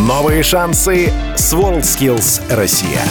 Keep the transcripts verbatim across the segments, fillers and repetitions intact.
Новые шансы с WorldSkills Россия.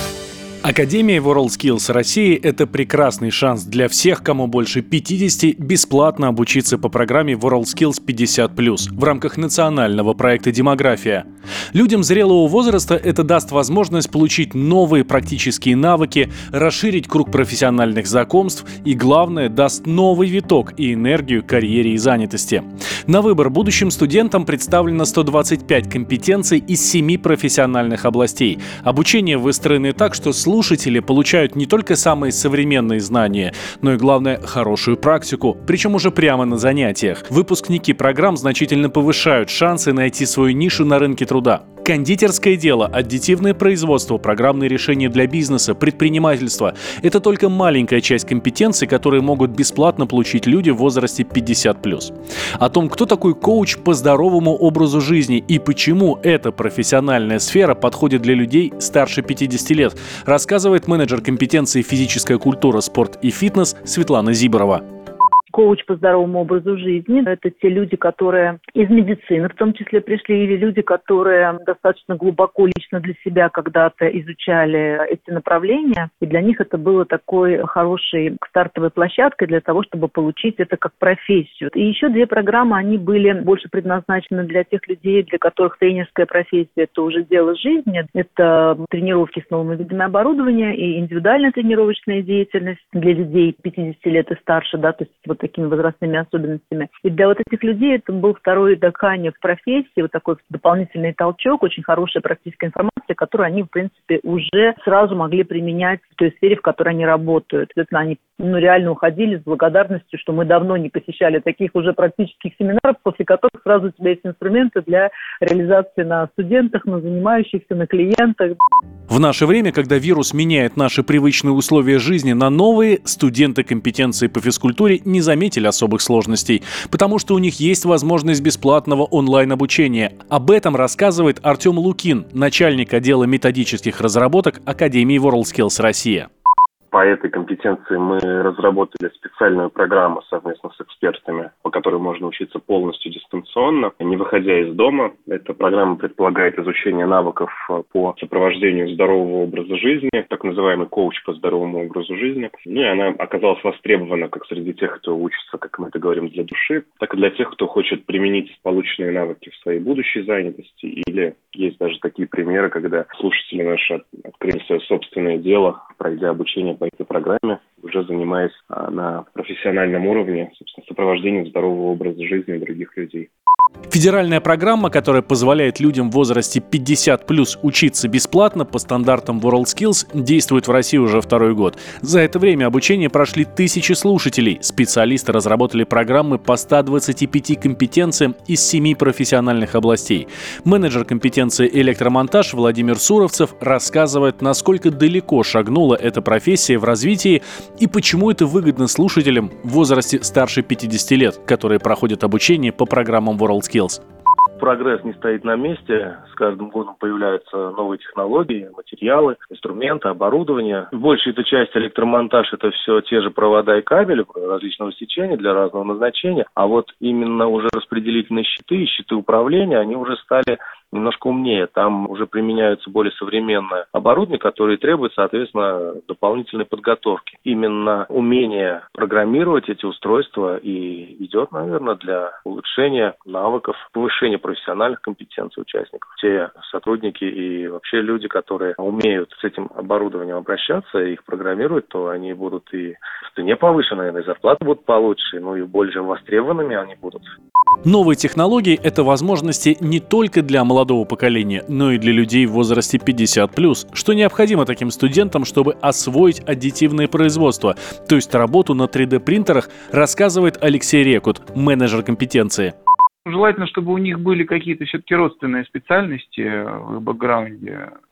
Академия WorldSkills России – это прекрасный шанс для всех, кому больше пятидесяти, бесплатно обучиться по программе WorldSkills пятьдесят плюс в рамках национального проекта «Демография». Людям зрелого возраста это даст возможность получить новые практические навыки, расширить круг профессиональных знакомств и, главное, даст новый виток и энергию карьере и занятости. На выбор будущим студентам представлено сто двадцать пять компетенций из семи профессиональных областей. Обучение выстроено так, что слушатели получают не только самые современные знания, но и, главное, хорошую практику, причем уже прямо на занятиях. Выпускники программ значительно повышают шансы найти свою нишу на рынке труда. Кондитерское дело, аддитивное производство, программные решения для бизнеса, предпринимательства – это только маленькая часть компетенций, которые могут бесплатно получить люди в возрасте пятьдесят плюс. О том, кто такой коуч по здоровому образу жизни и почему эта профессиональная сфера подходит для людей старше пятидесяти лет, рассказывает менеджер компетенции «Физическая культура, спорт и фитнес» Светлана Зиборова. Коуч по здоровому образу жизни – это те люди, которые из медицины в том числе пришли, или люди, которые достаточно глубоко лично для себя когда-то изучали эти направления. И для них это было такой хорошей стартовой площадкой для того, чтобы получить это как профессию. И еще две программы, они были больше предназначены для тех людей, для которых тренерская профессия – это уже дело жизни. Это тренировки с новыми видами оборудования и индивидуальная тренировочная деятельность для людей пятидесяти лет и старше, да, то есть вот такими возрастными особенностями. И для вот этих людей это был второе дыхание в профессии, вот такой дополнительный толчок, очень хорошая практическая информация, которую они, в принципе, уже сразу могли применять в той сфере, в которой они работают. Соответственно, они ну, реально уходили с благодарностью, что мы давно не посещали таких уже практических семинаров, после которых сразу у тебя есть инструменты для реализации на студентах, на занимающихся, на клиентах. В наше время, когда вирус меняет наши привычные условия жизни на новые, студенты компетенции по физкультуре не заметили особых сложностей, потому что у них есть возможность бесплатного онлайн-обучения. Об этом рассказывает Артем Лукин, начальник отдела методических разработок Академии WorldSkills Россия. По этой компетенции мы разработали специальную программу совместно с экспертами, по которой можно учиться полностью дистанционно, не выходя из дома. Эта программа предполагает изучение навыков по сопровождению здорового образа жизни, так называемый коуч по здоровому образу жизни. Ну и она оказалась востребована как среди тех, кто учится, как мы это говорим, для души, так и для тех, кто хочет применить полученные навыки в своей будущей занятости. Или есть даже такие примеры, когда слушатели наши открыли свое собственное дело, пройдя обучение по этой программе, уже занимаясь а, на профессиональном уровне, собственно, сопровождением здорового образа жизни других людей. Федеральная программа, которая позволяет людям в возрасте пятьдесят плюс учиться бесплатно по стандартам WorldSkills, действует в России уже второй год. За это время обучение прошли тысячи слушателей. Специалисты разработали программы по ста двадцати пяти компетенциям из семи профессиональных областей. Менеджер компетенции электромонтаж Владимир Суровцев рассказывает, насколько далеко шагнула эта профессия в развитии и почему это выгодно слушателям в возрасте старше пятидесяти лет, которые проходят обучение по программам WorldSkills. Прогресс не стоит на месте. С каждым годом появляются новые технологии, материалы, инструменты, оборудование. Большая эта часть электромонтаж – это все те же провода и кабели различного сечения для разного назначения. А вот именно уже распределительные щиты и щиты управления, они уже стали немножко умнее. Там уже применяются более современное оборудование, которое требует, соответственно, дополнительной подготовки. Именно умение программировать эти устройства и идет, наверное, для улучшения навыков, повышения профессиональных компетенций участников. Те сотрудники и вообще люди, которые умеют с этим оборудованием обращаться и их программировать, то они будут и в цене повышенные, и зарплаты будут получше, ну и более востребованными они будут. Новые технологии – это возможности не только для молодого поколения, но и для людей в возрасте пятьдесят плюс, что необходимо таким студентам, чтобы освоить аддитивное производство, то есть работу на три дэ принтерах, рассказывает Алексей Рекут, менеджер компетенции. Желательно, чтобы у них были какие-то все-таки родственные специальности в их бэкграунде.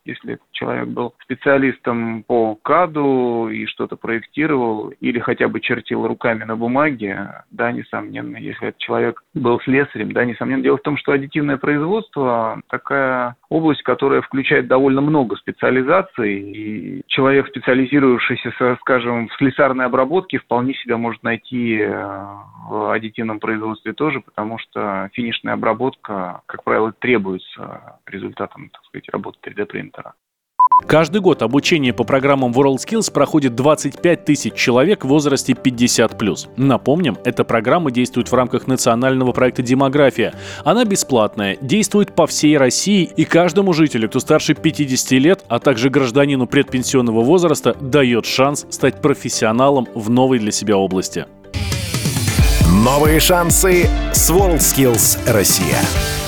Если человек был специалистом по каду и что-то проектировал или хотя бы чертил руками на бумаге, да, несомненно. Если этот человек был слесарем, да, несомненно. Дело в том, что аддитивное производство такая область, которая включает довольно много специализаций, и человек, специализирующийся, скажем, в слесарной обработке, вполне себя может найти в аддитивном производстве тоже, потому что финишная обработка, как правило, требуется результатом, так сказать, работы три дэ принтера. Каждый год обучение по программам WorldSkills проходит двадцать пять тысяч человек в возрасте пятьдесят плюс. Напомним, эта программа действует в рамках национального проекта «Демография». Она бесплатная, действует по всей России, и каждому жителю, кто старше пятидесяти лет, а также гражданину предпенсионного возраста, дает шанс стать профессионалом в новой для себя области. Новые шансы с WorldSkills Россия.